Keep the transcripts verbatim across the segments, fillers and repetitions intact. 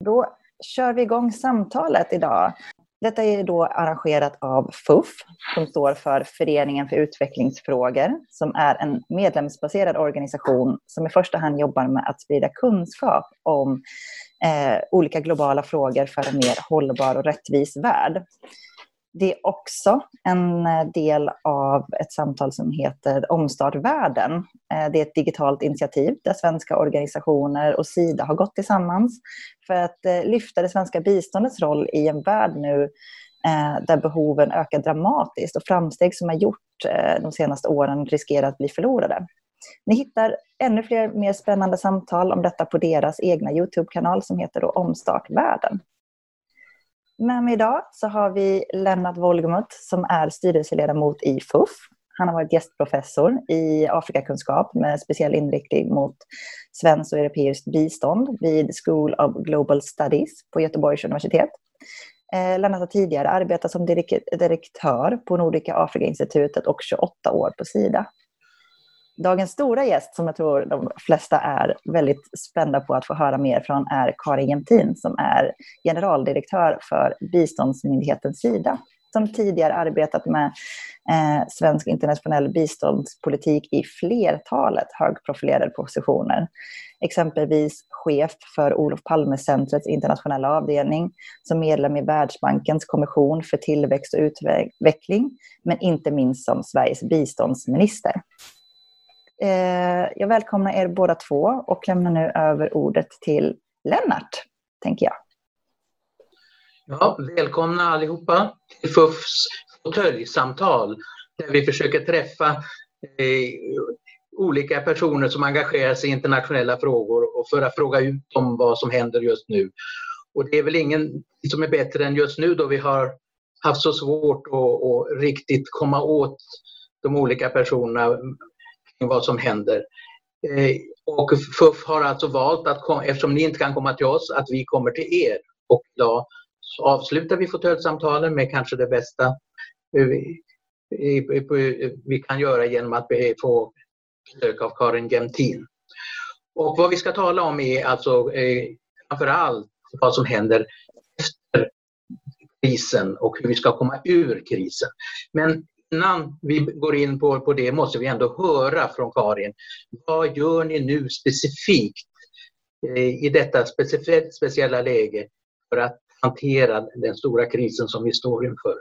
Då kör vi igång samtalet idag. Detta är då arrangerat av F U F, som står för Föreningen för utvecklingsfrågor, som är en medlemsbaserad organisation som i första hand jobbar med att sprida kunskap om eh, olika globala frågor för en mer hållbar och rättvis värld. Det är också en del av ett samtal som heter Omstart världen. Det är ett digitalt initiativ där svenska organisationer och Sida har gått tillsammans för att lyfta det svenska biståndets roll i en värld nu där behoven ökar dramatiskt och framsteg som har gjort de senaste åren riskerar att bli förlorade. Ni hittar ännu fler mer spännande samtal om detta på deras egna YouTube-kanal som heter då Omstart världen. Med mig idag så har vi Lennart Wolgemut som är styrelseledamot i F U F. Han har varit gästprofessor i Afrikakunskap med speciell inriktning mot svenskt och europeiskt bistånd vid School of Global Studies på Göteborgs universitet. Eh, Lennart har tidigare arbetat som direk- direktör på Nordiska Afrikainstitutet och tjugoåtta år på Sida. Dagens stora gäst, som jag tror de flesta är väldigt spända på att få höra mer från, är Karin Jämtin, som är generaldirektör för biståndsmyndigheten Sida, som tidigare arbetat med eh, svensk internationell biståndspolitik i flertalet högprofilerade positioner. Exempelvis chef för Olof Palme-centrets internationella avdelning, som medlem i Världsbankens kommission för tillväxt och utveckling, men inte minst som Sveriges biståndsminister. Jag välkomnar er båda två och lämnar nu över ordet till Lennart, tänker jag. Ja, välkomna allihopa till F U Fs fåtöljsamtal där vi försöker träffa eh, olika personer som engagerar sig i internationella frågor och för att fråga ut om vad som händer just nu. Och det är väl ingen som är bättre än just nu då vi har haft så svårt att, att riktigt komma åt de olika personerna vad som händer. Eh, och F U F har alltså valt att, kom, eftersom ni inte kan komma till oss, att vi kommer till er. Och idag så avslutar vi fåtöljsamtalen med kanske det bästa vi, vi, vi kan göra genom att få besök av Karin Jämtin. Och vad vi ska tala om är alltså eh, framförallt vad som händer efter krisen och hur vi ska komma ur krisen. Men innan vi går in på, på det måste vi ändå höra från Karin. Vad gör ni nu specifikt eh, i detta specif- speciella läge för att hantera den stora krisen som vi står inför?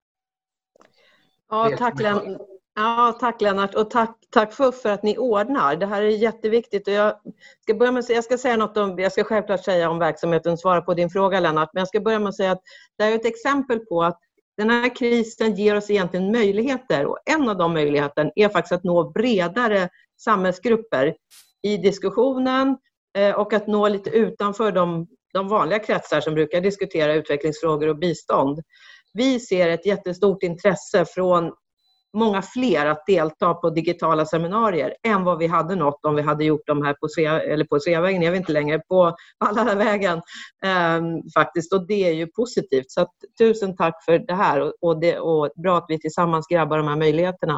Ja, tack, Lennart. Ja, tack Lennart och tack, tack F U F för att ni ordnar. Det här är jätteviktigt och jag ska börja med att säga, jag ska säga något om, jag ska självklart säga om verksamheten, svara på din fråga Lennart, men jag ska börja med att säga att det är ett exempel på att den här krisen ger oss egentligen möjligheter och en av de möjligheterna är faktiskt att nå bredare samhällsgrupper i diskussionen och att nå lite utanför de, de vanliga kretsar som brukar diskutera utvecklingsfrågor och bistånd. Vi ser ett jättestort intresse från många fler att delta på digitala seminarier än vad vi hade nått om vi hade gjort dem här på Svea, eller på Sveavägen, jag vet inte längre, på alla vägen um, faktiskt, och det är ju positivt. Så att, tusen tack för det här och, och, det, och bra att vi tillsammans grabbar de här möjligheterna.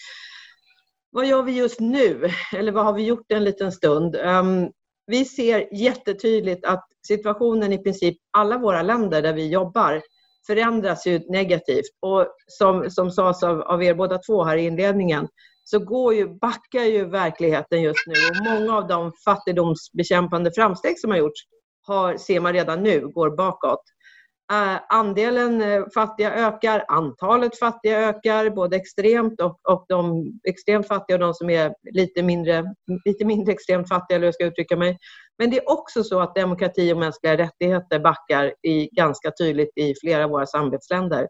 Vad gör vi just nu? Eller vad har vi gjort en liten stund? Um, vi ser jättetydligt att situationen i princip alla våra länder där vi jobbar förändras ju negativt och som, som sades av, av er båda två här i inledningen så går ju, backar ju verkligheten just nu och många av de fattigdomsbekämpande framsteg som har gjorts har, ser man redan nu går bakåt. Uh, andelen uh, fattiga ökar, antalet fattiga ökar både extremt och, och de extremt fattiga och de som är lite mindre, lite mindre extremt fattiga, eller jag ska uttrycka mig. Men det är också så att demokrati och mänskliga rättigheter backar i, ganska tydligt i flera av våra samarbetsländer.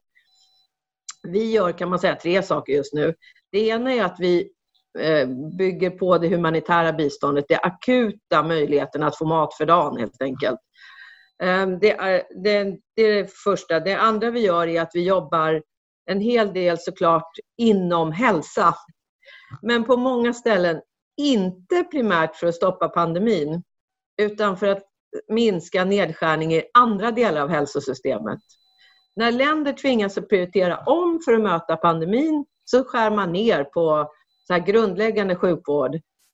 Vi gör, kan man säga, tre saker just nu. Det ena är att vi uh, bygger på det humanitära biståndet, det akuta möjligheten att få mat för dagen helt enkelt. Det är, det, det är det första. Det andra vi gör är att vi jobbar en hel del såklart inom hälsa. Men på många ställen inte primärt för att stoppa pandemin utan för att minska nedskärning i andra delar av hälsosystemet. När länder tvingas att prioritera om för att möta pandemin så skär man ner på så här grundläggande sjukvård.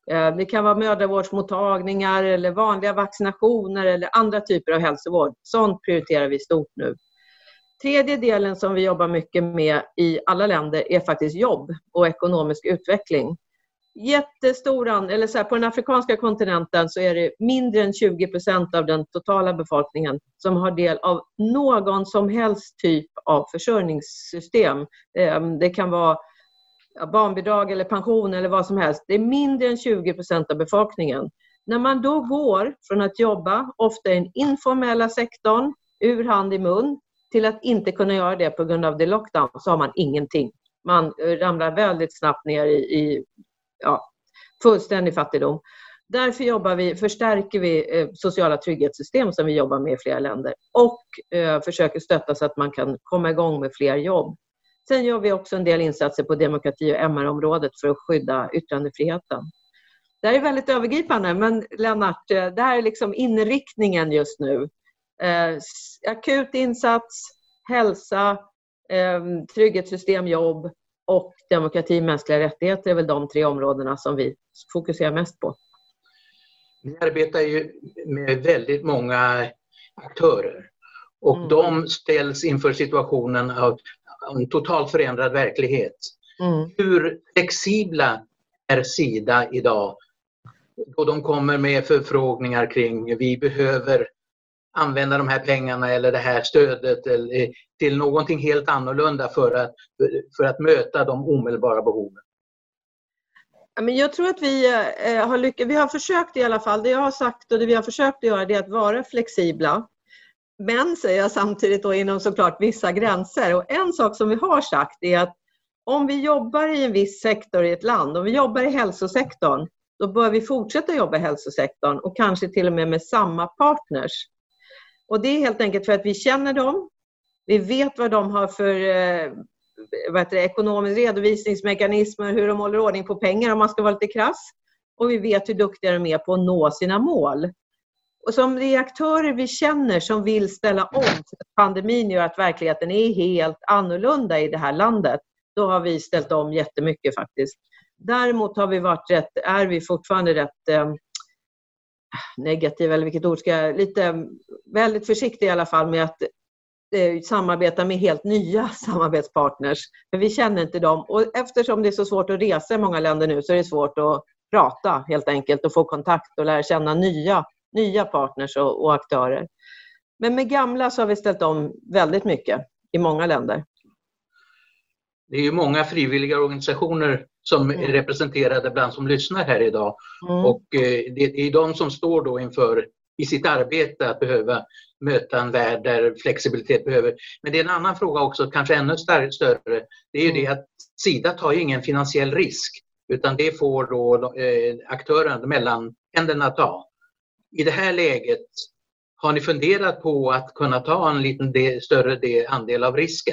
Det kan vara mödravårdsmottagningar eller vanliga vaccinationer eller andra typer av hälsovård. Sånt prioriterar vi stort nu. Tredje delen som vi jobbar mycket med i alla länder är faktiskt jobb och ekonomisk utveckling. Jättestora, eller så här, på den afrikanska kontinenten så är det mindre än tjugo procent av den totala befolkningen som har del av någon som helst typ av försörjningssystem. Det kan vara barnbidrag eller pension eller vad som helst. Det är mindre än tjugo procent av befolkningen. När man då går från att jobba, ofta i den informella sektorn, ur hand i mun, till att inte kunna göra det på grund av det lockdown, så har man ingenting. Man ramlar väldigt snabbt ner i, i ja, fullständig fattigdom. Därför jobbar vi, förstärker vi eh, sociala trygghetssystem som vi jobbar med i flera länder och eh, försöker stötta så att man kan komma igång med fler jobb. Sen gör vi också en del insatser på demokrati- och M R-området för att skydda yttrandefriheten. Det här är väldigt övergripande, men Lennart, det här är liksom inriktningen just nu. Eh, akut insats, hälsa, eh, trygghetssystem, jobb och demokrati, mänskliga rättigheter är väl de tre områdena som vi fokuserar mest på. Vi arbetar ju med väldigt många aktörer och mm. de ställs inför situationen av en totalt förändrad verklighet. Mm. Hur flexibla är Sida idag? Då de kommer med förfrågningar kring vi behöver använda de här pengarna eller det här stödet eller till någonting helt annorlunda för att, för att möta de omedelbara behoven. Men jag tror att vi har lyckats, vi har försökt i alla fall, det jag har sagt och det vi har försökt att göra det är att vara flexibla. Men säger jag samtidigt då inom såklart vissa gränser. Och en sak som vi har sagt är att om vi jobbar i en viss sektor i ett land, om vi jobbar i hälsosektorn, då bör vi fortsätta jobba i hälsosektorn och kanske till och med med samma partners. Och det är helt enkelt för att vi känner dem, vi vet vad de har för eh, vad heter det, ekonomiska redovisningsmekanismer, hur de håller ordning på pengar om man ska vara lite krass. Och vi vet hur duktiga de är på att nå sina mål. Och som det är aktörer vi känner som vill ställa om, pandemin gör att verkligheten är helt annorlunda i det här landet. Då har vi ställt om jättemycket faktiskt. Däremot har vi varit rätt, är vi fortfarande rätt eh, negativa, eller vilket ord ska jag, lite väldigt försiktiga i alla fall med att eh, samarbeta med helt nya samarbetspartners. För vi känner inte dem. Och eftersom det är så svårt att resa i många länder nu så är det svårt att prata helt enkelt och få kontakt och lära känna nya nya partners och, och aktörer. Men med gamla så har vi ställt om väldigt mycket i många länder. Det är ju många frivilliga organisationer som mm. är representerade bland som lyssnar här idag. Mm. Och eh, det är de som står då inför i sitt arbete att behöva möta en värld där flexibilitet behöver. Men det är en annan fråga också, kanske ännu större. Det är ju mm. det att Sida tar ju ingen finansiell risk, utan det får då eh, aktörerna mellan händerna ta. I det här läget, har ni funderat på att kunna ta en liten del, större del, andel av risken?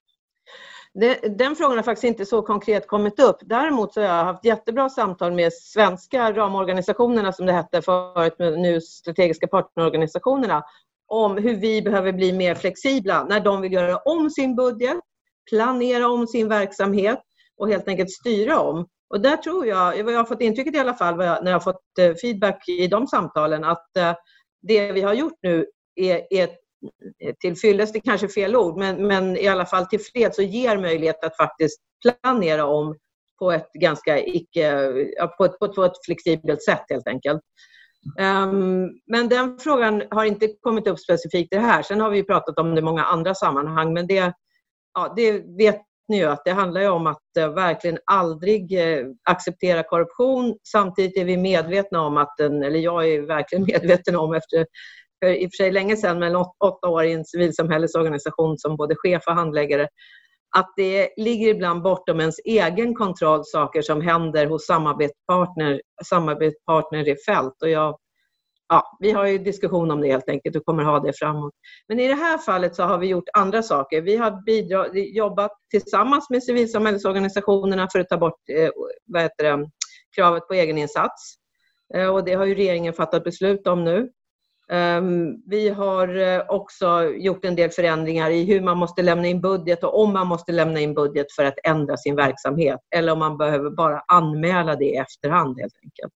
Det, den frågan har faktiskt inte så konkret kommit upp. Däremot så har jag haft jättebra samtal med svenska ramorganisationerna som det hette förut, nu strategiska partnerorganisationerna, om hur vi behöver bli mer flexibla när de vill göra om sin budget, planera om sin verksamhet och helt enkelt styra om. Och där tror jag, jag har fått intrycket i alla fall när jag har fått feedback i de samtalen, att det vi har gjort nu är, är tillfyllest, det kanske är fel ord, men, men i alla fall tillfreds och ger möjlighet att faktiskt planera om på ett ganska icke, på ett, på ett, på ett flexibelt sätt helt enkelt. Um, men den frågan har inte kommit upp specifikt i det här. Sen har vi pratat om det i många andra sammanhang, men det, ja, det vet ni ju att det handlar ju om att uh, verkligen aldrig uh, acceptera korruption. Samtidigt är vi medvetna om att den, eller jag är verkligen medveten om efter för i och för sig länge sedan, men åt, åtta år i en civilsamhällesorganisation som både chef och handläggare, att det ligger ibland bortom ens egen kontroll saker som händer hos samarbetspartner, samarbetspartner i fält. Och jag, ja, vi har ju diskussion om det helt enkelt och kommer ha det framåt. Men i det här fallet så har vi gjort andra saker. Vi har bidra, jobbat tillsammans med civilsamhällesorganisationerna för att ta bort eh, vad heter det, kravet på egeninsats. Eh, och det har ju regeringen fattat beslut om nu. Um, vi har uh, också gjort en del förändringar i hur man måste lämna in budget och om man måste lämna in budget för att ändra sin verksamhet. Eller om man behöver bara anmäla det i efterhand helt enkelt.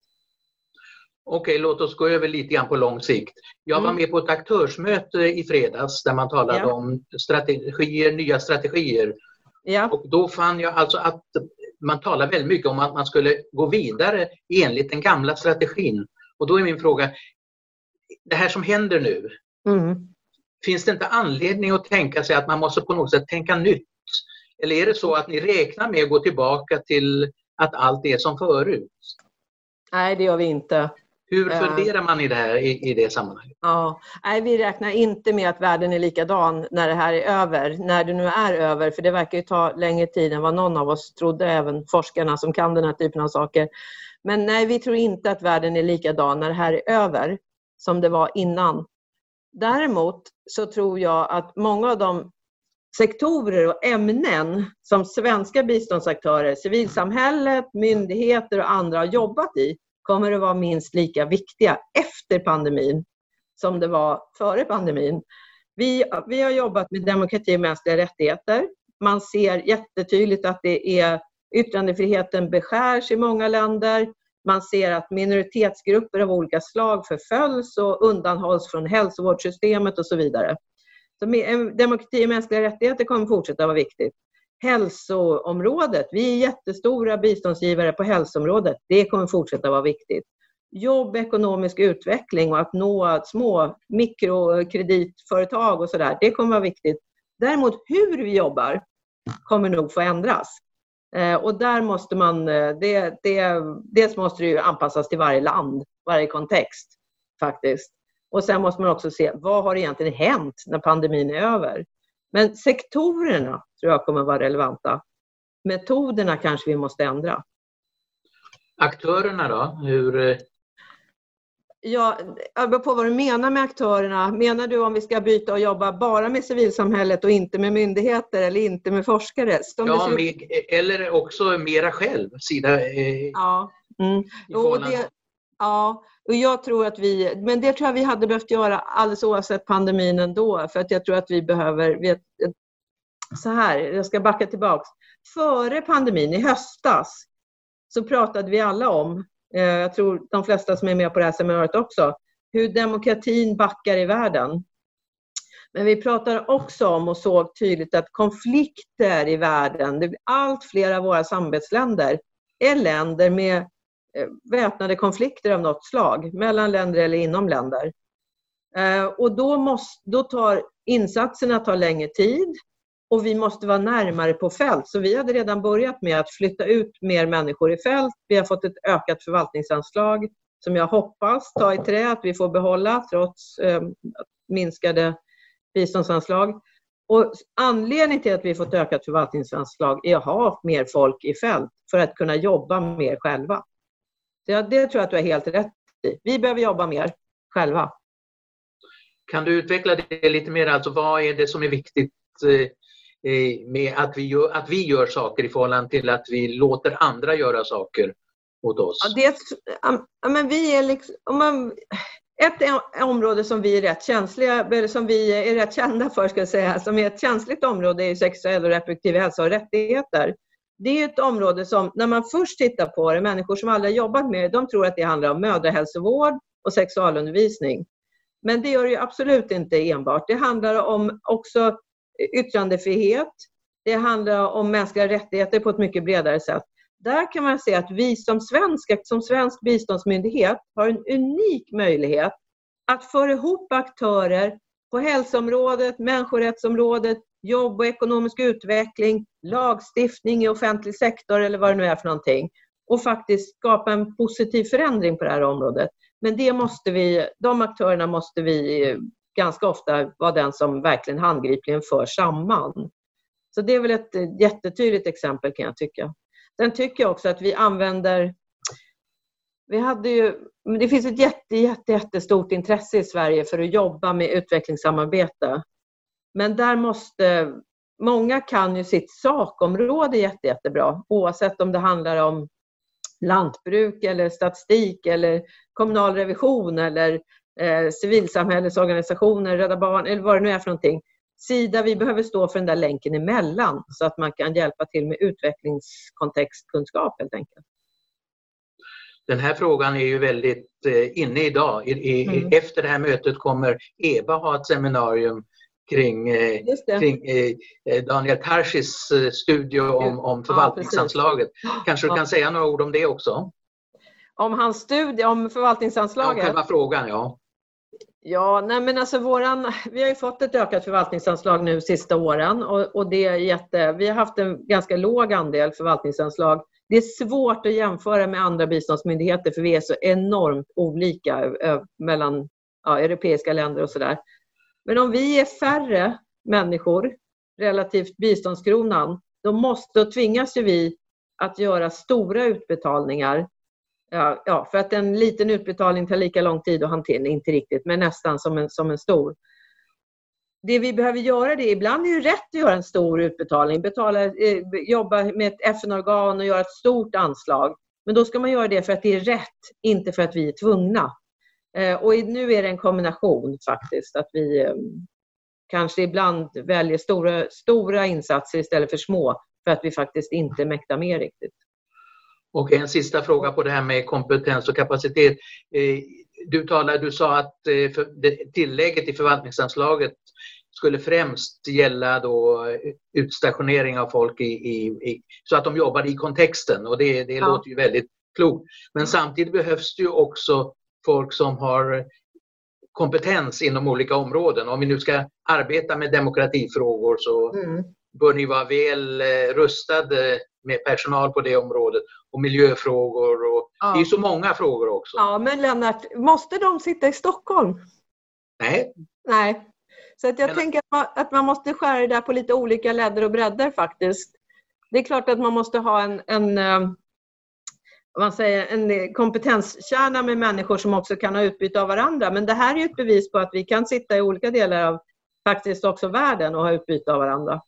Okej, låt oss gå över lite grann på lång sikt. Jag var Mm. med på ett aktörsmöte i fredags där man talade Ja. om strategier, nya strategier. Ja. Och då fann jag alltså att man talar väldigt mycket om att man skulle gå vidare enligt den gamla strategin. Och då är min fråga, det här som händer nu, Mm. finns det inte anledning att tänka sig att man måste på något sätt tänka nytt? Eller är det så att ni räknar med att gå tillbaka till att allt är som förut? Nej, det gör vi inte. Hur funderar man i det här i, i det sammanhanget? Ja, nej, vi räknar inte med att världen är likadan när det här är över, när det nu är över, för det verkar ju ta längre tid än vad någon av oss trodde, även forskarna som kan den här typen av saker. Men nej, vi tror inte att världen är likadan när det här är över som det var innan. Däremot så tror jag att många av de sektorer och ämnen som svenska biståndsaktörer, civilsamhället, myndigheter och andra har jobbat i kommer att vara minst lika viktiga efter pandemin som det var före pandemin. Vi, vi har jobbat med demokrati och mänskliga rättigheter. Man ser jättetydligt att det är yttrandefriheten beskärs i många länder. Man ser att minoritetsgrupper av olika slag förföljs och undanhålls från hälsovårdssystemet och så vidare. Så demokrati och mänskliga rättigheter kommer fortsätta vara viktigt. Hälsoområdet, vi är jättestora biståndsgivare på hälsoområdet. Det kommer fortsätta vara viktigt. Jobb, ekonomisk utveckling och att nå små mikrokreditföretag och sådär, det kommer vara viktigt. Däremot hur vi jobbar kommer nog få ändras. Eh, och där måste man, det, det, dels måste det ju anpassas till varje land, varje kontext faktiskt. Och sen måste man också se, vad har egentligen hänt när pandemin är över? Men sektorerna tror jag kommer vara relevanta. Metoderna kanske vi måste ändra. Aktörerna då? Hur... Ja, jag beror på vad du menar med aktörerna. Menar du om vi ska byta och jobba bara med civilsamhället och inte med myndigheter eller inte med forskare? Som ja, ser... med, eller också mera själv. Sida, eh, ja. Mm. Och det, ja, och jag tror att vi, men det tror jag vi hade behövt göra alldeles oavsett pandemin ändå. För att jag tror att vi behöver, vet, så här, jag ska backa tillbaks. Före pandemin i höstas så pratade vi alla om, jag tror de flesta som är med på det här seminariet också, hur demokratin backar i världen. Men vi pratar också om och såg tydligt att konflikter i världen, allt fler av våra samarbetsländer är länder med väpnade konflikter av något slag, mellan länder eller inom länder. Och då, måste, då tar insatserna ta längre tid och vi måste vara närmare på fält. Så vi hade redan börjat med att flytta ut mer människor i fält. Vi har fått ett ökat förvaltningsanslag som jag hoppas ta i trä att vi får behålla trots eh, minskade biståndsanslag. Och anledningen till att vi fått ökat förvaltningsanslag är att ha mer folk i fält för att kunna jobba mer själva. Så ja, det tror jag att du är helt rätt i. Vi behöver jobba mer själva. Kan du utveckla det lite mer? Alltså, vad är det som är viktigt med att vi gör, att vi gör saker i förhållande till att vi låter andra göra saker åt oss? Ja, det, ja, men vi är liksom, om man, ett område som vi är rätt känsliga, eller som vi är rätt kända för, ska jag säga, som är ett känsligt område, är sexuell och reproduktiv hälsa och rättigheter. Det är ett område som, när man först tittar på det, människor som aldrig jobbat med det, de tror att det handlar om mödrahälsovård och sexualundervisning. Men det gör det ju absolut inte enbart. Det handlar om också yttrandefrihet. Det handlar om mänskliga rättigheter på ett mycket bredare sätt. Där kan man se att vi som svensk, som svensk biståndsmyndighet har en unik möjlighet att föra ihop aktörer på hälsoområdet, människorättsområdet, jobb och ekonomisk utveckling, lagstiftning i offentlig sektor eller vad det nu är för någonting. Och faktiskt skapa en positiv förändring på det här området. Men det måste vi, de aktörerna måste vi ganska ofta vara den som verkligen handgripligen för samman. Så det är väl ett jättetydligt exempel, kan jag tycka. Sen tycker jag också att vi använder, vi hade ju, det finns ett jätte, jätte, jättestort intresse i Sverige för att jobba med utvecklingssamarbete. Men där måste, många kan ju sitt sakområde jätte, jättebra, oavsett om det handlar om lantbruk eller statistik eller kommunal revision eller eh, civilsamhällesorganisationer, Rädda Barn eller vad det nu är för någonting. Sida, vi behöver stå för den där länken emellan så att man kan hjälpa till med utvecklingskontextkunskap helt enkelt. Den här frågan är ju väldigt eh, inne idag. I, i, mm. Efter det här mötet kommer E B A ha ett seminarium kring, eh, kring eh, Daniel Tarschys eh, studie om, om förvaltningsanslaget. Ja, kanske du kan ja. säga några ord om det också? Om hans studie om förvaltningsanslaget? Ja, själva frågan, ja. Ja, nej men alltså våran, vi har ju fått ett ökat förvaltningsanslag nu sista åren och, och det är jätte, vi har haft en ganska låg andel förvaltningsanslag. Det är svårt att jämföra med andra biståndsmyndigheter för vi är så enormt olika ö, mellan ja, europeiska länder och sådär. Men om vi är färre människor relativt biståndskronan, då måste då tvingas ju vi att göra stora utbetalningar. Ja, ja, för att en liten utbetalning tar lika lång tid att hantera, inte riktigt, men nästan som en, som en stor. Det vi behöver göra det, ibland är det ju rätt att göra en stor utbetalning, betala, eh, jobba med ett F N-organ och göra ett stort anslag. Men då ska man göra det för att det är rätt, inte för att vi är tvungna. Eh, och nu är det en kombination faktiskt, att vi eh, kanske ibland väljer stora, stora insatser istället för små, för att vi faktiskt inte mäktar med riktigt. Och en sista fråga på det här med kompetens och kapacitet. Du talade, du sa att tillägget i förvaltningsanslaget skulle främst gälla då utstationering av folk i, i, i, så att de jobbar i kontexten, och det, det ja. låter ju väldigt klokt. Men samtidigt behövs det ju också folk som har kompetens inom olika områden. Om vi nu ska arbeta med demokratifrågor så mm. bör ni vara väl rustade med personal på det området, och miljöfrågor och ja. det är så många frågor också. Ja, men Lennart, måste de sitta i Stockholm? Nej. Nej. Så att jag men... tänker att man, att man måste skära det där på lite olika ledder och bredder faktiskt. Det är klart att man måste ha en, en, man säger, en kompetenskärna med människor som också kan ha utbyte av varandra. Men det här är ju ett bevis på att vi kan sitta i olika delar av faktiskt också världen och ha utbyte av varandra.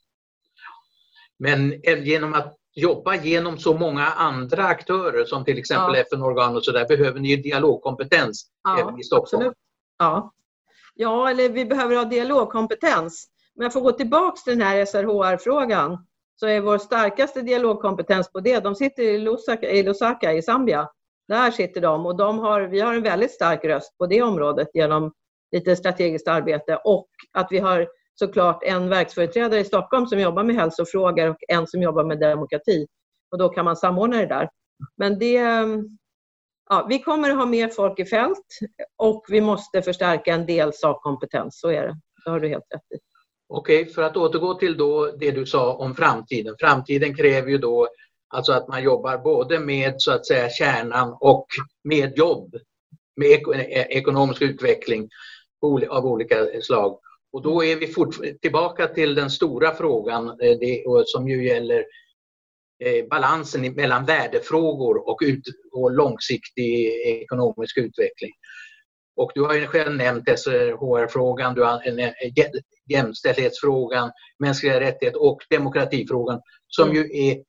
Men genom att jobba genom så många andra aktörer som till exempel ja. F N-organ och så där, behöver ni ju dialogkompetens ja, även i Stockholm. Absolut. Ja. ja, eller vi behöver ha dialogkompetens. Men jag får gå tillbaka till den här S R H R-frågan, så är vår starkaste dialogkompetens på det. De sitter i Lusaka i, Lusaka, i Zambia. Där sitter de, och de har, vi har en väldigt stark röst på det området genom lite strategiskt arbete, och att vi har såklart en verksföreträdare i Stockholm som jobbar med hälsofrågor och en som jobbar med demokrati. Och då kan man samordna det där. Men det, ja, vi kommer att ha mer folk i fält, och vi måste förstärka en del sakkompetens. Så är det. Det har du helt rätt i. Okej, för att återgå till då det du sa om framtiden. Framtiden kräver ju då alltså att man jobbar både med så att säga kärnan och med jobb, med ekonomisk utveckling av olika slag. Och då är vi fort, tillbaka till den stora frågan det, som ju gäller eh, balansen mellan värdefrågor och, ut, och långsiktig ekonomisk utveckling. Och du har ju själv nämnt S R H R-frågan, du har en, en, jämställdhetsfrågan, mänskliga rättigheter och demokratifrågan som mm. ju är,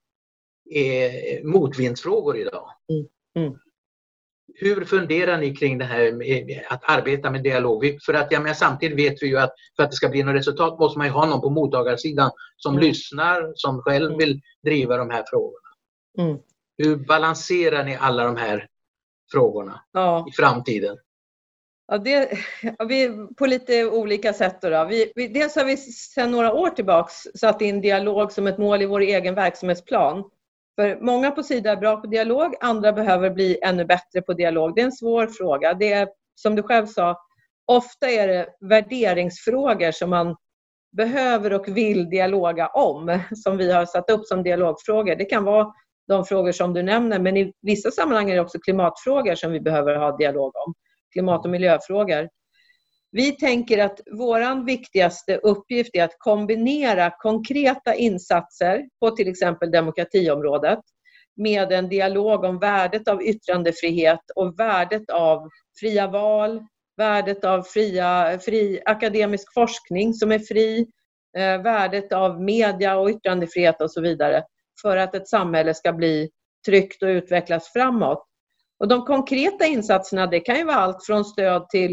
är motvindsfrågor idag. Mm. Mm. Hur funderar ni kring det här med att arbeta med dialog? För att ja, men samtidigt vet vi ju att för att det ska bli något resultat måste man ju ha någon på mottagarsidan som mm. lyssnar, som själv mm. vill driva de här frågorna. Mm. Hur balanserar ni alla de här frågorna ja. i framtiden? Ja, det, ja, vi, på lite olika sätt. Då. Vi, vi, dels har vi sedan några år tillbaka satt in dialog som ett mål i vår egen verksamhetsplan. För många på Sida är bra på dialog, andra behöver bli ännu bättre på dialog. Det är en svår fråga. Det är, som du själv sa, ofta är det värderingsfrågor som man behöver och vill dialoga om, som vi har satt upp som dialogfrågor. Det kan vara de frågor som du nämner, men i vissa sammanhang är det också klimatfrågor som vi behöver ha dialog om. Klimat- och miljöfrågor. Vi tänker att vår viktigaste uppgift är att kombinera konkreta insatser på till exempel demokratiområdet med en dialog om värdet av yttrandefrihet och värdet av fria val, värdet av fria, fri akademisk forskning som är fri, eh, värdet av media och yttrandefrihet och så vidare, för att ett samhälle ska bli tryggt och utvecklas framåt. Och de konkreta insatserna, det kan ju vara allt från stöd till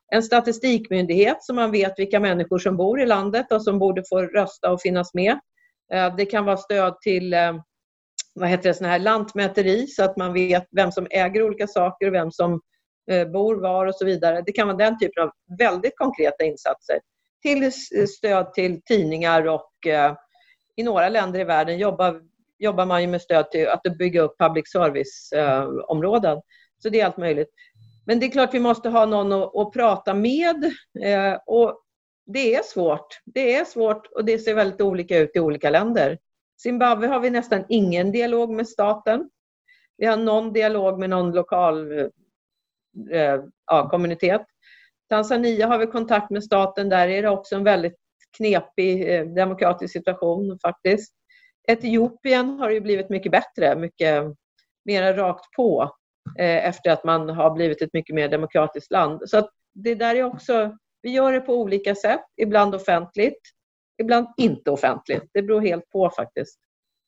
en statistikmyndighet så man vet vilka människor som bor i landet och som borde få rösta och finnas med. Det kan vara stöd till vad heter det, sån här lantmäteri så att man vet vem som äger olika saker och vem som bor var och så vidare. Det kan vara den typen av väldigt konkreta insatser. Till stöd till tidningar och i några länder i världen jobbar, jobbar man ju med stöd till att bygga upp public service-områden. Så det är allt möjligt. Men det är klart vi måste ha någon att, att prata med och det är svårt. Det är svårt och det ser väldigt olika ut i olika länder. Zimbabwe har vi nästan ingen dialog med staten. Vi har någon dialog med någon lokal eh, ja, kommunitet. Tanzania har vi kontakt med staten. Där är det också en väldigt knepig eh, demokratisk situation faktiskt. Etiopien har ju blivit mycket bättre. Mycket mer rakt på. Eh, efter att man har blivit ett mycket mer demokratiskt land. Så att det där är också... Vi gör det på olika sätt. Ibland offentligt. Ibland inte offentligt. Det beror helt på faktiskt.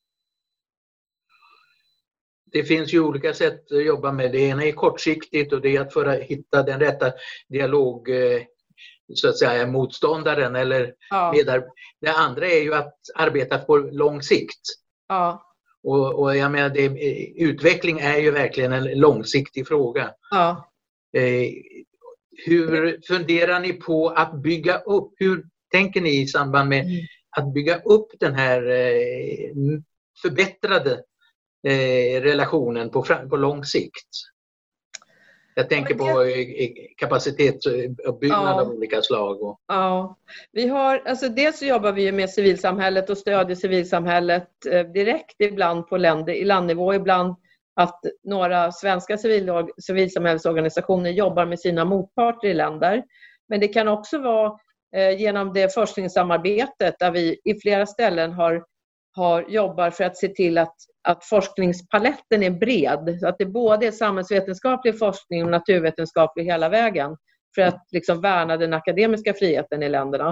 Det finns ju olika sätt att jobba med. Det ena är kortsiktigt och det är att föra, hitta den rätta dialog så att säga motståndaren eller ja. medar. Det andra är ju att arbeta på lång sikt. Ja. Och, och jag menar, det, utveckling är ju verkligen en långsiktig fråga. Ja. Eh, hur funderar ni på att bygga upp? Hur tänker ni i samband med mm. att bygga upp den här eh, förbättrade eh, relationen på, på lång sikt? Jag tänker ja, det... på eh, kapacitetsuppbyggnad ja. av olika slag. Och... Ja, vi har, alltså dels så jobbar vi med civilsamhället och stödjer civilsamhället eh, direkt ibland på länder, i landnivå, ibland att några svenska civil, civilsamhällsorganisationer jobbar med sina motparter i länder. Men det kan också vara eh, genom det forskningssamarbetet där vi i flera ställen har, har jobbar för att se till att, att forskningspaletten är bred. Så att det både är samhällsvetenskaplig forskning och naturvetenskaplig hela vägen. För att liksom värna den akademiska friheten i länderna.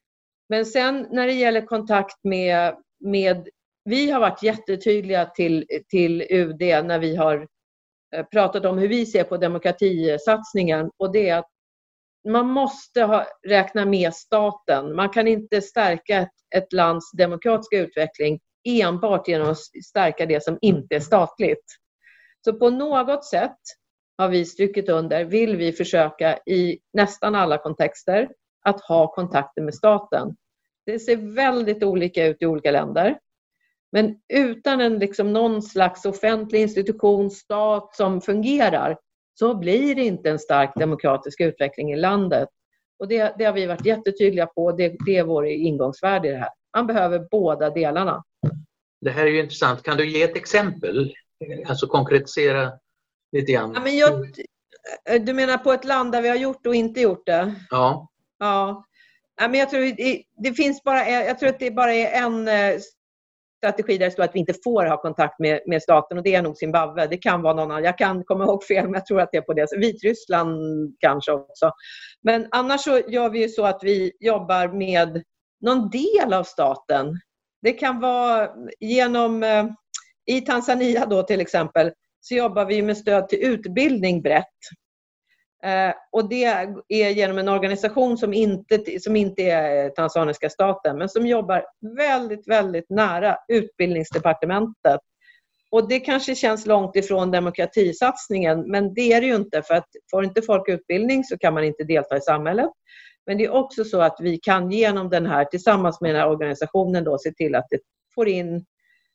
Men sen när det gäller kontakt med, med vi har varit jättetydliga till, till U D när vi har pratat om hur vi ser på demokratisatsningen. Och det är att man måste ha, räkna med staten. Man kan inte stärka ett, ett lands demokratiska utveckling enbart genom att stärka det som inte är statligt. Så på något sätt har vi strukit under, vill vi försöka i nästan alla kontexter att ha kontakter med staten. Det ser väldigt olika ut i olika länder. Men utan en liksom någon slags offentlig institution, stat som fungerar så blir det inte en stark demokratisk utveckling i landet. Och det, det har vi varit jättetydliga på. Det, det är vår ingångsvärde i det här. Man behöver båda delarna. Det här är ju intressant. Kan du ge ett exempel? Alltså konkretisera lite grann. Ja, men jag, du menar på ett land där vi har gjort och inte gjort det? Ja. Ja. Ja, men jag tror det, det finns bara, jag tror att det bara är en strategi där det står att vi inte får ha kontakt med, med staten, och det är nog Zimbabwe. Det kan vara någon annan. Jag kan komma ihåg fel, men jag tror att det är på det. Vitryssland kanske också. Men annars så gör vi ju så att vi jobbar med någon del av staten. Det kan vara genom, i Tanzania då till exempel, så jobbar vi med stöd till utbildning brett. Eh, och det är genom en organisation som inte, som inte är tanzaniska staten, men som jobbar väldigt, väldigt nära utbildningsdepartementet. Och det kanske känns långt ifrån demokratisatsningen, men det är det ju inte, för att får inte folk utbildning så kan man inte delta i samhället. Men det är också så att vi kan genom den här, tillsammans med den här organisationen då, se till att det får in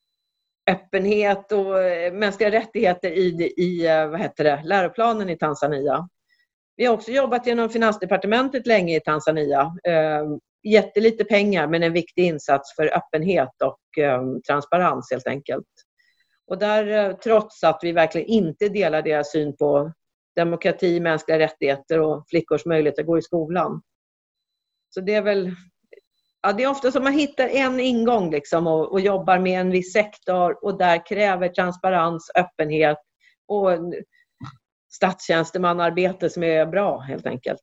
öppenhet och mänskliga rättigheter i, i vad heter det, läroplanen i Tanzania. Vi har också jobbat genom Finansdepartementet länge i Tanzania. Eh, jättelite pengar, men en viktig insats för öppenhet och eh, transparens helt enkelt. Och där, eh, trots att vi verkligen inte delar deras syn på demokrati, mänskliga rättigheter och flickors möjlighet att gå i skolan. Så det är väl, ja, det är ofta som man hittar en ingång liksom och, och jobbar med en viss sektor, och där kräver transparens, öppenhet och statstjänstemannarbete som är bra helt enkelt.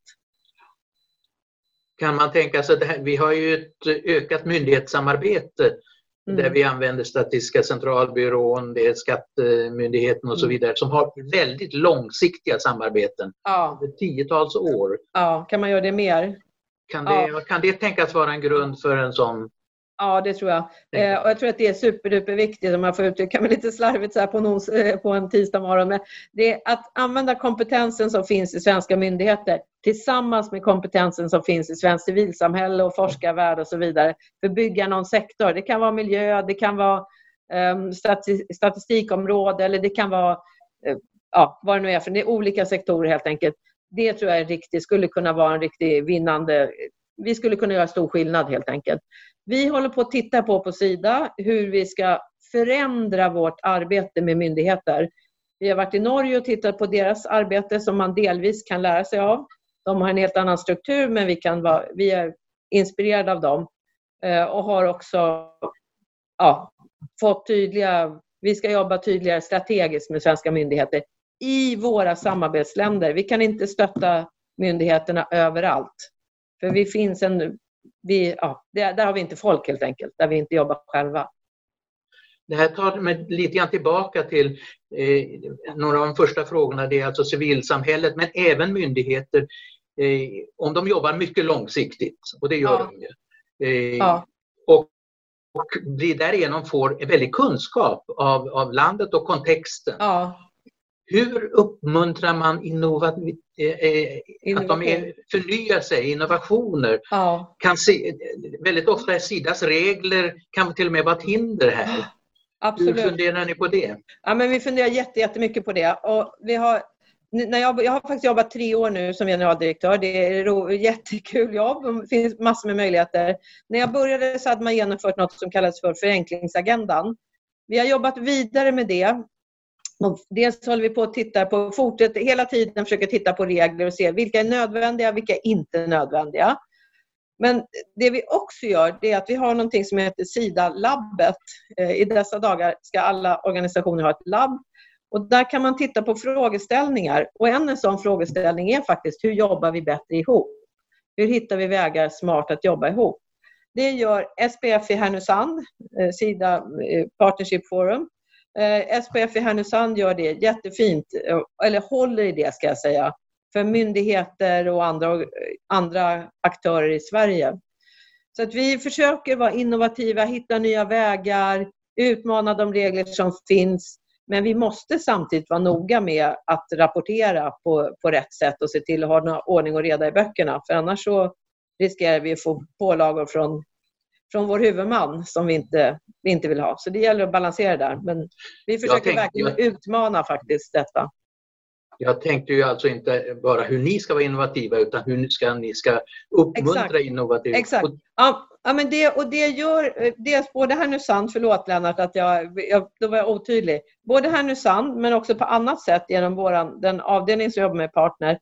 Kan man tänka sig, det här, vi har ju ett ökat myndighetssamarbete mm. där vi använder Statistiska centralbyrån, det är Skattemyndigheten och så vidare som har väldigt långsiktiga samarbeten. Ja. Över tiotals år. Ja, kan man göra det mer? Kan det, ja. kan det tänkas vara en grund för en sån? Ja, det tror jag. Eh, och jag tror att det är superduper viktigt, om jag får uttrycka mig lite slarvigt så här på, nos, eh, på en tisdag morgon. Men det är att använda kompetensen som finns i svenska myndigheter tillsammans med kompetensen som finns i svensk civilsamhälle och forskarvärld och så vidare. För att bygga någon sektor. Det kan vara miljö, det kan vara eh, statistikområde eller det kan vara eh, ja, vad det nu är. För det är olika sektorer helt enkelt. Det tror jag är riktigt, skulle kunna vara en riktigt vinnande. Vi skulle kunna göra stor skillnad helt enkelt. Vi håller på att titta på på Sida hur vi ska förändra vårt arbete med myndigheter. Vi har varit i Norge och tittat på deras arbete som man delvis kan lära sig av. De har en helt annan struktur men vi, kan vara, vi är inspirerade av dem. Och har också ja, fått tydliga, vi ska jobba tydligare strategiskt med svenska myndigheter i våra samarbetsländer. Vi kan inte stötta myndigheterna överallt. För vi finns en, vi, ja, där, där har vi inte folk helt enkelt, där vi inte jobbar själva. Det här tar mig lite grann tillbaka till eh, några av de första frågorna, det är alltså civilsamhället men även myndigheter, eh, om de jobbar mycket långsiktigt, och det gör ja. de ju. Eh, ja. och, och blir därigenom får en väldig kunskap av, av landet och kontexten. Ja. Hur uppmuntrar man innovat- eh, att de är, förnyar sig, innovationer? Ja. Kan se, väldigt ofta är Sidas regler kan till och med vara ett hinder här. Absolut. Hur funderar ni på det? Ja, men vi funderar jätte, jättemycket på det. Och vi har, när jag, jag har faktiskt jobbat tre år nu som generaldirektör. Det är ett jättekul jobb. Det finns massor med möjligheter. När jag började så hade man genomfört något som kallas för förenklingsagendan. Vi har jobbat vidare med det. Och dels håller vi på att titta på, fortsätter hela tiden försöka titta på regler och se vilka är nödvändiga, vilka är inte nödvändiga. Men det vi också gör, det är att vi har någonting som heter Sida-labbet. I dessa dagar ska alla organisationer ha ett labb. Och där kan man titta på frågeställningar. Och en sån frågeställning är faktiskt, hur jobbar vi bättre ihop? Hur hittar vi vägar smart att jobba ihop? Det gör S P F i Härnösand, Sida Partnership Forum. S P F i Härnösand gör det jättefint, eller håller i det ska jag säga, för myndigheter och andra, andra aktörer i Sverige. Så att vi försöker vara innovativa, hitta nya vägar, utmana de regler som finns. Men vi måste samtidigt vara noga med att rapportera på, på rätt sätt och se till att ha ordning och reda i böckerna. För annars så riskerar vi att få pålagor från, från vår huvudman som vi inte, vi inte vill ha. Så det gäller att balansera där. Men vi försöker tänkte, verkligen jag, utmana faktiskt detta. Jag tänkte ju alltså inte bara hur ni ska vara innovativa utan hur ska ni ska uppmuntra Exakt. innovativa. Exakt. Ja, ja, men det, och det gör dels både Härnösand, förlåt Lennart att jag, jag, då var jag otydlig. Både Härnösand men också på annat sätt genom våran, den avdelning som jobbar med partner.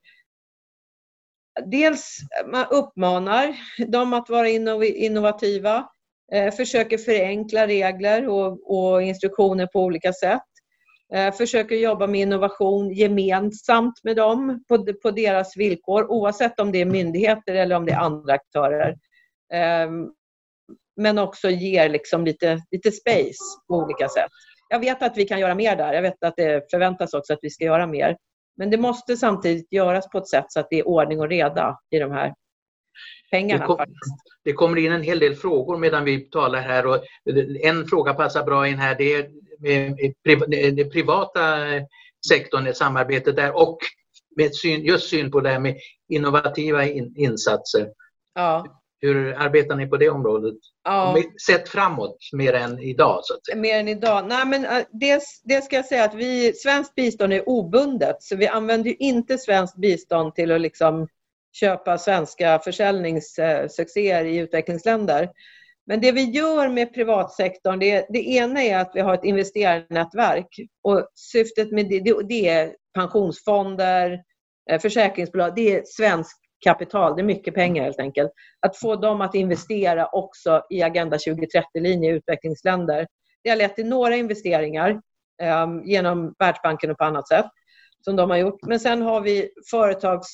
Dels man uppmanar dem att vara innovativa, eh, försöker förenkla regler och, och instruktioner på olika sätt. Eh, försöker jobba med innovation gemensamt med dem på, på deras villkor, oavsett om det är myndigheter eller om det är andra aktörer. Eh, men också ger liksom lite, lite space på olika sätt. Jag vet att vi kan göra mer där. Jag vet att det förväntas också att vi ska göra mer. Men det måste samtidigt göras på ett sätt så att det är ordning och reda i de här pengarna. Det, kom, faktiskt. det kommer in en hel del frågor medan vi talar här. Och en fråga passar bra in här. Det är den privata sektorn, ett samarbete där och med syn, just syn på det här med innovativa in, insatser. Ja. Hur arbetar ni på det området? Ja. Sett framåt mer än idag så att säga. Mer än idag. Nej, men det, det ska jag säga att vi, svenskt bistånd är obundet. Så vi använder ju inte svenskt bistånd till att liksom köpa svenska försäljningssuccéer i utvecklingsländer. Men det vi gör med privatsektorn, det, det ena är att vi har ett investerarnätverk. Och syftet med det, det, det är pensionsfonder, försäkringsbolag, det är svensk kapital, det är mycket pengar helt enkelt. Att få dem att investera också i Agenda tjugo trettio-linje i utvecklingsländer. Det har lett till några investeringar eh, genom Världsbanken och på annat sätt som de har gjort. Men sen har vi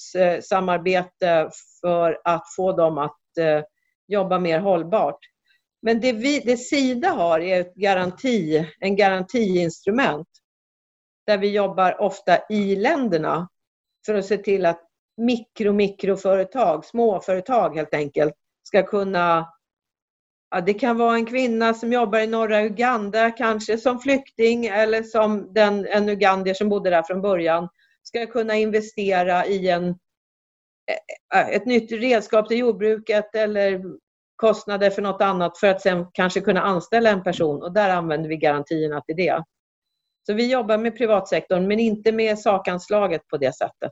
företagssamarbete för att få dem att eh, jobba mer hållbart. Men det, vi, det Sida har är ett garanti, en garantiinstrument där vi jobbar ofta i länderna för att se till att mikro, mikroföretag, småföretag helt enkelt, ska kunna, ja, det kan vara en kvinna som jobbar i norra Uganda, kanske som flykting eller som den, en ugandier som bodde där från början, ska kunna investera i en, ett nytt redskap till jordbruket eller kostnader för något annat för att sen kanske kunna anställa en person, och där använder vi garantierna till det. Så vi jobbar med privatsektorn men inte med sakanslaget på det sättet.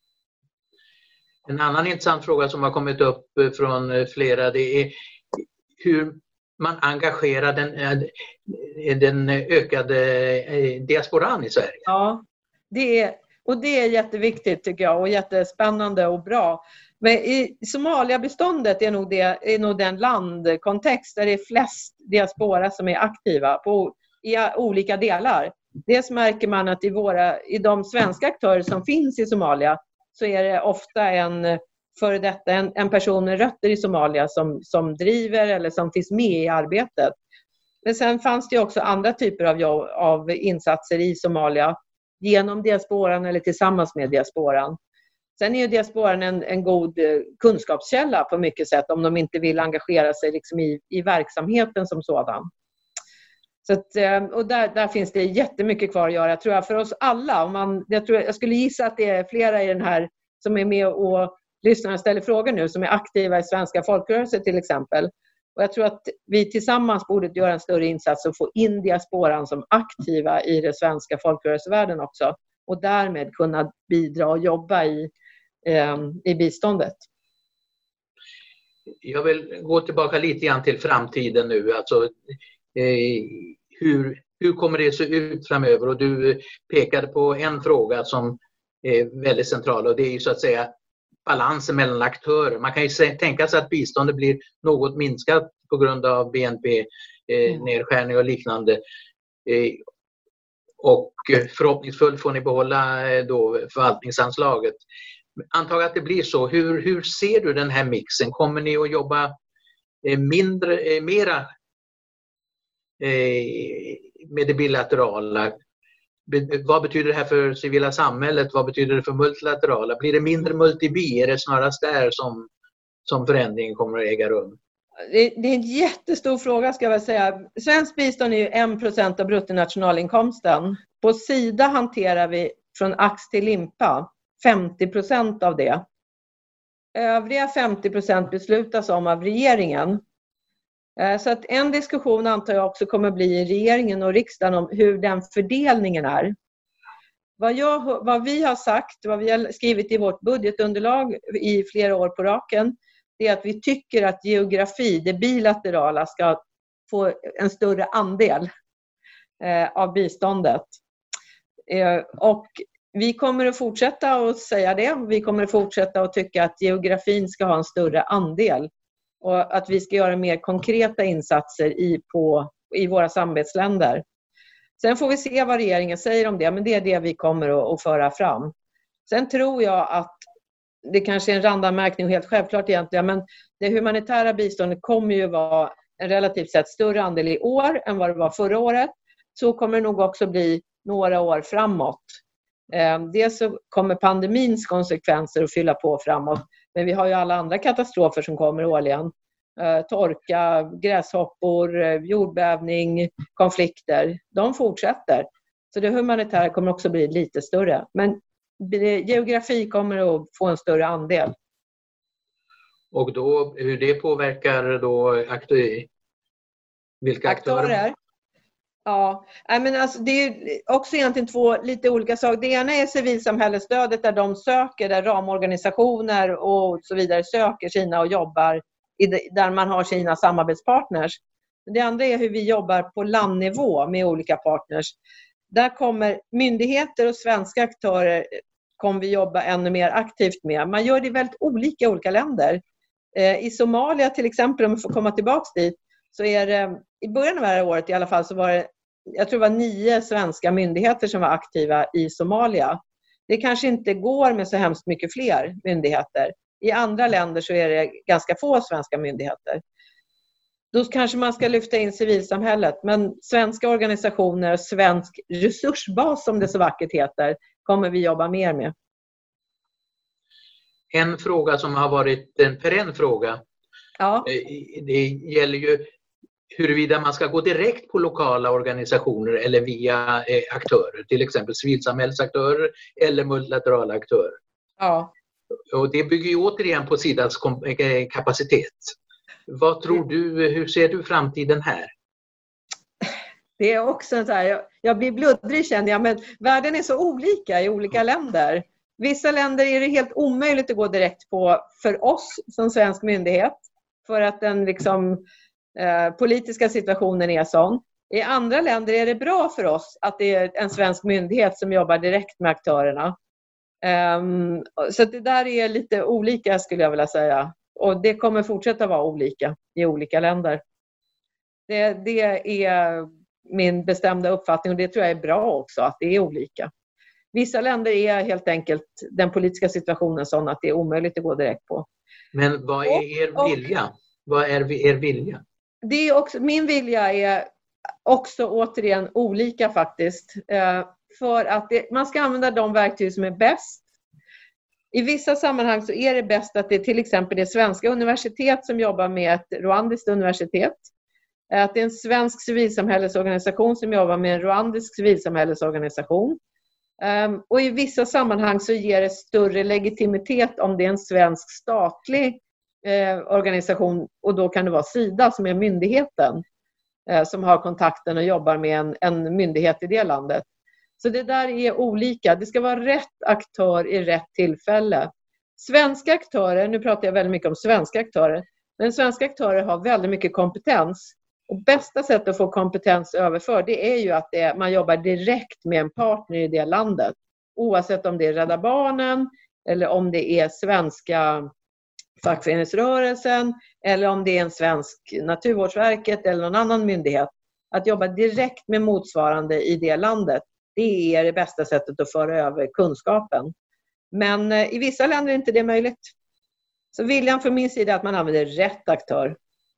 En annan intressant fråga som har kommit upp från flera, det är hur man engagerar den, den ökade diasporan i Sverige. Ja, det är, och det är jätteviktigt tycker jag och jättespännande och bra. Men i Somalia-beståndet är nog, det, är nog den landkontext där det är flest diaspora som är aktiva på, i olika delar. Dels märker man att i, våra, i de svenska aktörer som finns i Somalia så är det ofta en före detta en, en person med rötter i Somalia som, som driver eller som finns med i arbetet. Men sen fanns det också andra typer av, jobb, av insatser i Somalia genom diasporan eller tillsammans med diasporan. Sen är ju diasporan en, en god kunskapskälla på mycket sätt om de inte vill engagera sig liksom i, i verksamheten som sådan. Så att, och där, där finns det jättemycket kvar att göra tror jag för oss alla. Om man, jag, tror, jag skulle gissa att det är flera i den här som är med och lyssnar och ställer frågor nu som är aktiva i svenska folkrörelser till exempel. Och jag tror att vi tillsammans borde göra en större insats och få in diasporan som aktiva i den svenska folkrörelsevärlden också. Och därmed kunna bidra och jobba i, eh, i biståndet. Jag vill gå tillbaka lite grann till framtiden nu. Alltså, eh, hur, hur kommer det se ut framöver? Och du pekade på en fråga som är väldigt central och det är ju så att säga balansen mellan aktörer. Man kan ju tänka sig att biståndet blir något minskat på grund av B N P-nedskärning eh, och liknande. Eh, och förhoppningsfullt får ni behålla eh, då förvaltningsanslaget. Antag att det blir så. Hur, hur ser du den här mixen? Kommer ni att jobba eh, mindre, eh, mera eh, med det bilaterala? Vad betyder det här för civila samhället? Vad betyder det för multilaterala? Blir det mindre multibi? Är det snarast där som, som förändringen kommer att äga rum? Det, det är en jättestor fråga ska jag väl säga. Svensk bistånd är ju en procent av bruttonationalinkomsten. På Sida hanterar vi från ax till limpa femtio procent av det. Övriga femtio procent beslutas om av regeringen. Så att en diskussion antar jag också kommer bli i regeringen och riksdagen om hur den fördelningen är. Vad, jag, vad vi har sagt, vad vi har skrivit i vårt budgetunderlag i flera år på raken, det är att vi tycker att geografi, det bilaterala, ska få en större andel eh, av biståndet. Eh, och vi kommer att fortsätta att säga det. Vi kommer att fortsätta att tycka att geografin ska ha en större andel. Och att vi ska göra mer konkreta insatser i, på, i våra samarbetsländer. Sen får vi se vad regeringen säger om det. Men det är det vi kommer att, att föra fram. Sen tror jag att det kanske är en randanmärkning och helt självklart egentligen. Men det humanitära biståndet kommer ju vara en relativt sett större andel i år än vad det var förra året. Så kommer det nog också bli några år framåt. Dels så kommer pandemins konsekvenser att fylla på framåt. Men vi har ju alla andra katastrofer som kommer årligen. Torka, gräshoppor, jordbävning, konflikter. De fortsätter. Så det humanitära kommer också bli lite större. Men geografi kommer att få en större andel. Och då, hur det påverkar då aktörer? Vilka aktörer? aktörer? Ja, men alltså det är också egentligen två lite olika saker. Det ena är civilsamhällesstödet där de söker, där ramorganisationer och så vidare söker sina och jobbar i det, där man har sina samarbetspartners. Det andra är hur vi jobbar på landnivå med olika partners. Där kommer myndigheter och svenska aktörer kommer vi jobba ännu mer aktivt med. Man gör det väldigt olika i olika länder. I Somalia till exempel, om vi får komma tillbaka dit, så är det, i början av det här året i alla fall så var det, jag tror det var nio svenska myndigheter som var aktiva i Somalia. Det kanske inte går med så hemskt mycket fler myndigheter. I andra länder så är det ganska få svenska myndigheter. då kanske man ska lyfta in civilsamhället. Men svenska organisationer, svensk resursbas som det så vackert heter, kommer vi jobba mer med. En fråga som har varit en perenn fråga, ja. det gäller ju huruvida man ska gå direkt på lokala organisationer eller via aktörer, till exempel civilsamhällsaktörer eller multilaterala aktörer. Ja. Och det bygger ju återigen på Sidas kapacitet. Vad tror du, hur ser du framtiden här? Det är också så här, jag, jag blir bluddrig känner jag, men världen är så olika i olika länder. Vissa länder är det helt omöjligt att gå direkt på för oss som svensk myndighet, för att den liksom, eh, politiska situationen är sån. I andra länder är det bra för oss att det är en svensk myndighet som jobbar direkt med aktörerna. Um, så det där är lite olika skulle jag vilja säga. Och det kommer fortsätta vara olika i olika länder. Det, det är min bestämda uppfattning och det tror jag är bra också att det är olika. Vissa länder är helt enkelt den politiska situationen sån att det är omöjligt att gå direkt på. Men vad är er vilja? Och, vad är er vilja? Det är också, min vilja är också återigen olika faktiskt. För att det, man ska använda de verktyg som är bäst. I vissa sammanhang så är det bäst att det till exempel är svenska universitet som jobbar med ett rwandiskt universitet. Att det är en svensk civilsamhällesorganisation som jobbar med en rwandisk civilsamhällesorganisation. Um, och i vissa sammanhang så ger det större legitimitet om det är en svensk statlig eh, organisation. Och då kan det vara Sida som är myndigheten eh, som har kontakten och jobbar med en, en myndighet i det landet. Så det där är olika. Det ska vara rätt aktör i rätt tillfälle. Svenska aktörer, nu pratar jag väldigt mycket om svenska aktörer, men svenska aktörer har väldigt mycket kompetens. Och bästa sättet att få kompetens överförd, det är ju att det, man jobbar direkt med en partner i det landet. Oavsett om det är Rädda Barnen eller om det är svenska fackföreningsrörelsen eller om det är en svensk Naturvårdsverket eller någon annan myndighet. Att jobba direkt med motsvarande i det landet, det är det bästa sättet att föra över kunskapen. Men i vissa länder är inte det möjligt. Så viljan från min sida är att man använder rätt aktör.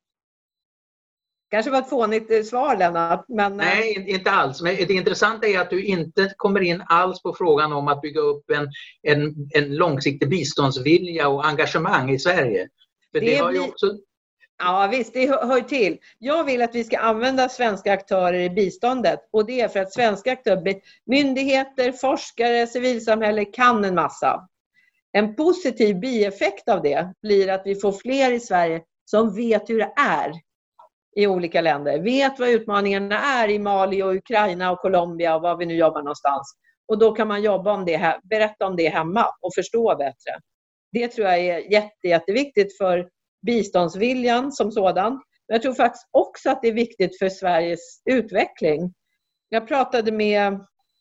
Kanske var ett fånigt svar, Lennart. Men... Nej, inte alls. Men det intressanta är att du inte kommer in alls på frågan om att bygga upp en, en, en långsiktig biståndsvilja och engagemang i Sverige. För det, det har ju också... Ja visst, det hör till. Jag vill att vi ska använda svenska aktörer i biståndet. Och det är för att svenska aktörer, myndigheter, forskare, civilsamhälle kan en massa. En positiv bieffekt av det blir att vi får fler i Sverige som vet hur det är i olika länder. Vet vad utmaningarna är i Mali och Ukraina och Colombia och var vi nu jobbar någonstans. Och då kan man jobba om det här, berätta om det hemma och förstå bättre. Det tror jag är jätte, jätteviktigt för biståndsviljan som sådan. Men jag tror faktiskt också att det är viktigt för Sveriges utveckling. Jag pratade med,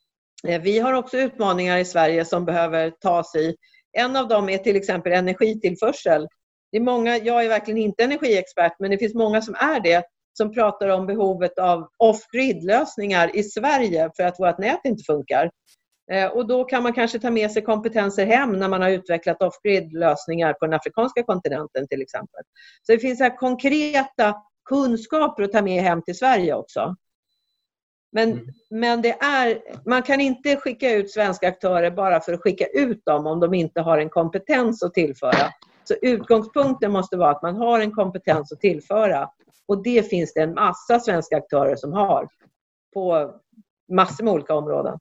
vi har också utmaningar i Sverige som behöver tas i. En av dem är till exempel energitillförsel. Det är många, jag är verkligen inte energiexpert, men det finns många som är det, som pratar om behovet av off-grid-lösningar i Sverige för att vårt nät inte funkar. Och då kan man kanske ta med sig kompetenser hem när man har utvecklat off-grid-lösningar på den afrikanska kontinenten till exempel. Så det finns här konkreta kunskaper att ta med hem till Sverige också. Men, mm. men det är, man kan inte skicka ut svenska aktörer bara för att skicka ut dem om de inte har en kompetens att tillföra. Så utgångspunkten måste vara att man har en kompetens att tillföra. Och det finns det en massa svenska aktörer som har på massor med olika områden.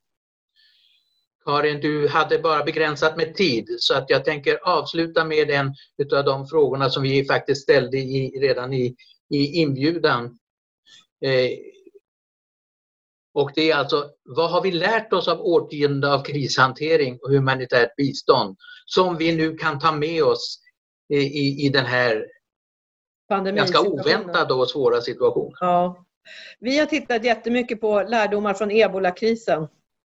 Karin, du hade bara begränsat med tid så att jag tänker avsluta med en av de frågorna som vi faktiskt ställde i, redan i, i inbjudan. Eh, och det är alltså, vad har vi lärt oss av årtionden av krishantering och humanitärt bistånd som vi nu kan ta med oss i, i, i den här ganska oväntade och svåra situationen? Ja. Vi har tittat jättemycket på lärdomar från ebola-krisen.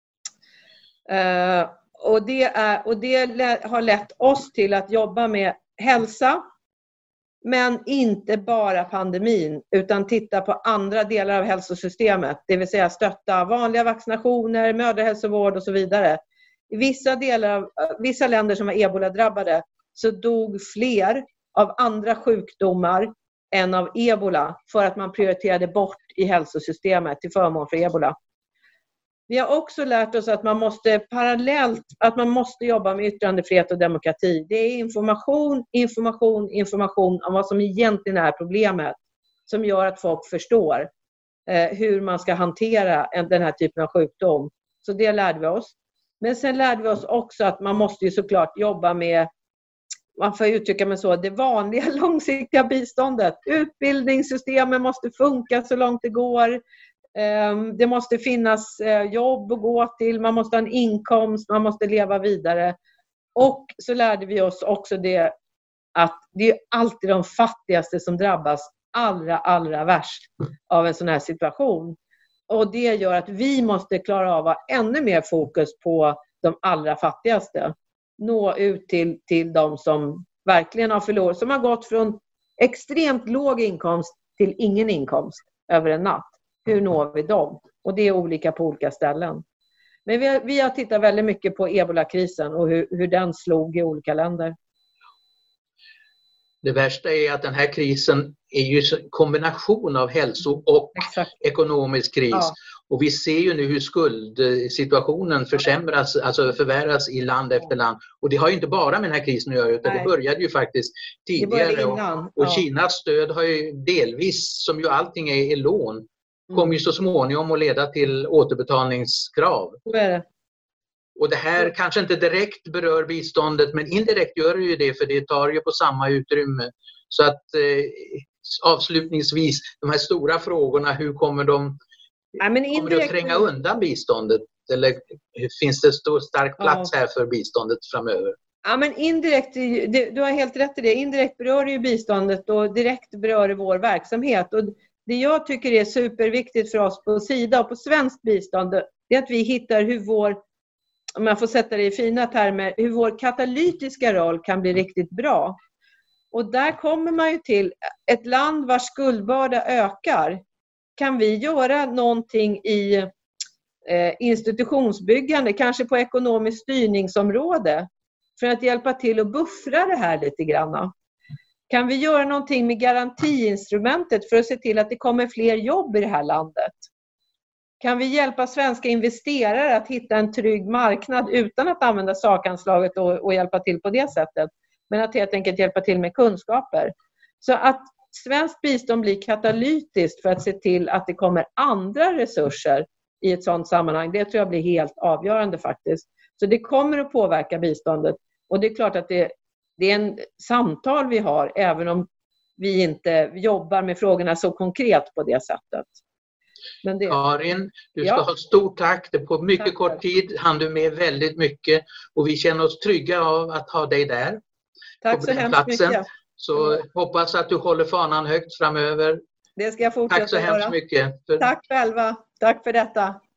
Uh, och, det är, och det har lett oss till att jobba med hälsa, men inte bara pandemin, utan titta på andra delar av hälsosystemet, det vill säga stötta vanliga vaccinationer, mödrahälsovård och så vidare. I vissa, delar av, vissa länder som var ebola-drabbade så dog fler av andra sjukdomar än av ebola för att man prioriterade bort i hälsosystemet till förmån för ebola. Vi har också lärt oss att man måste parallellt, att man måste jobba med yttrandefrihet och demokrati. Det är information, information, information om vad som egentligen är problemet som gör att folk förstår eh, hur man ska hantera en, den här typen av sjukdom. Så det lärde vi oss. Men sen lärde vi oss också att man måste ju såklart jobba med, man får uttrycka mig så, det vanliga långsiktiga biståndet. Utbildningssystemen måste funka så långt det går. Det måste finnas jobb att gå till, man måste ha en inkomst, man måste leva vidare. Och så lärde vi oss också det att det är alltid de fattigaste som drabbas allra, allra värst av en sån här situation. Och det gör att vi måste klara av att ha ännu mer fokus på de allra fattigaste. Nå ut till, till de som verkligen har förlorat, som har gått från extremt låg inkomst till ingen inkomst över en natt. Hur når vi dem? Och det är olika på olika ställen. Men vi har, vi har tittat väldigt mycket på ebola-krisen och hur, hur den slog i olika länder. Det värsta är att den här krisen är ju en kombination av hälso- och Exakt. ekonomisk kris. Ja. Och vi ser ju nu hur skuldsituationen försämras, alltså förvärras i land efter land. Och det har ju inte bara med den här krisen att göra, utan Nej. det började ju faktiskt tidigare. Och, och ja. Kinas stöd har ju delvis, som ju allting är, är lån, mm. kommer ju så småningom att leda till återbetalningskrav. Så är det. Och det här kanske inte direkt berör biståndet, men indirekt gör det ju det, för det tar ju på samma utrymme. Så att eh, avslutningsvis, de här stora frågorna, hur kommer de ja, men indirekt... kommer det att tränga undan biståndet? Eller finns det stor stark plats ja. här för biståndet framöver? Ja, men indirekt, du har helt rätt i det. Indirekt berör det ju biståndet och direkt berör det vår verksamhet. Och det jag tycker är superviktigt för oss på Sida och på svenskt bistånd, det är att vi hittar hur vår, om man får sätta det i fina termer, hur vår katalytiska roll kan bli riktigt bra. Och där kommer man ju till ett land vars skuldbörda ökar. Kan vi göra någonting i eh, institutionsbyggande, kanske på ekonomiskt styrningsområde, för att hjälpa till att buffra det här lite grann? Kan vi göra någonting med garantiinstrumentet för att se till att det kommer fler jobb i det här landet? Kan vi hjälpa svenska investerare att hitta en trygg marknad utan att använda sakanslaget och, och hjälpa till på det sättet? Men att helt enkelt hjälpa till med kunskaper. Så att svenskt bistånd blir katalytiskt för att se till att det kommer andra resurser i ett sådant sammanhang. Det tror jag blir helt avgörande faktiskt. Så det kommer att påverka biståndet. Och det är klart att det, det är en samtal vi har, även om vi inte jobbar med frågorna så konkret på det sättet. Men det... Karin, du ska ja. ha stort tack. Det på mycket tack. kort tid hann du med väldigt mycket. Och vi känner oss trygga av att ha dig där. Tack så hemskt platsen. mycket. Så mm. hoppas att du håller fanan högt framöver. Det ska jag fortsätta Tack så hemskt göra. mycket. För... Tack själva. Tack för detta.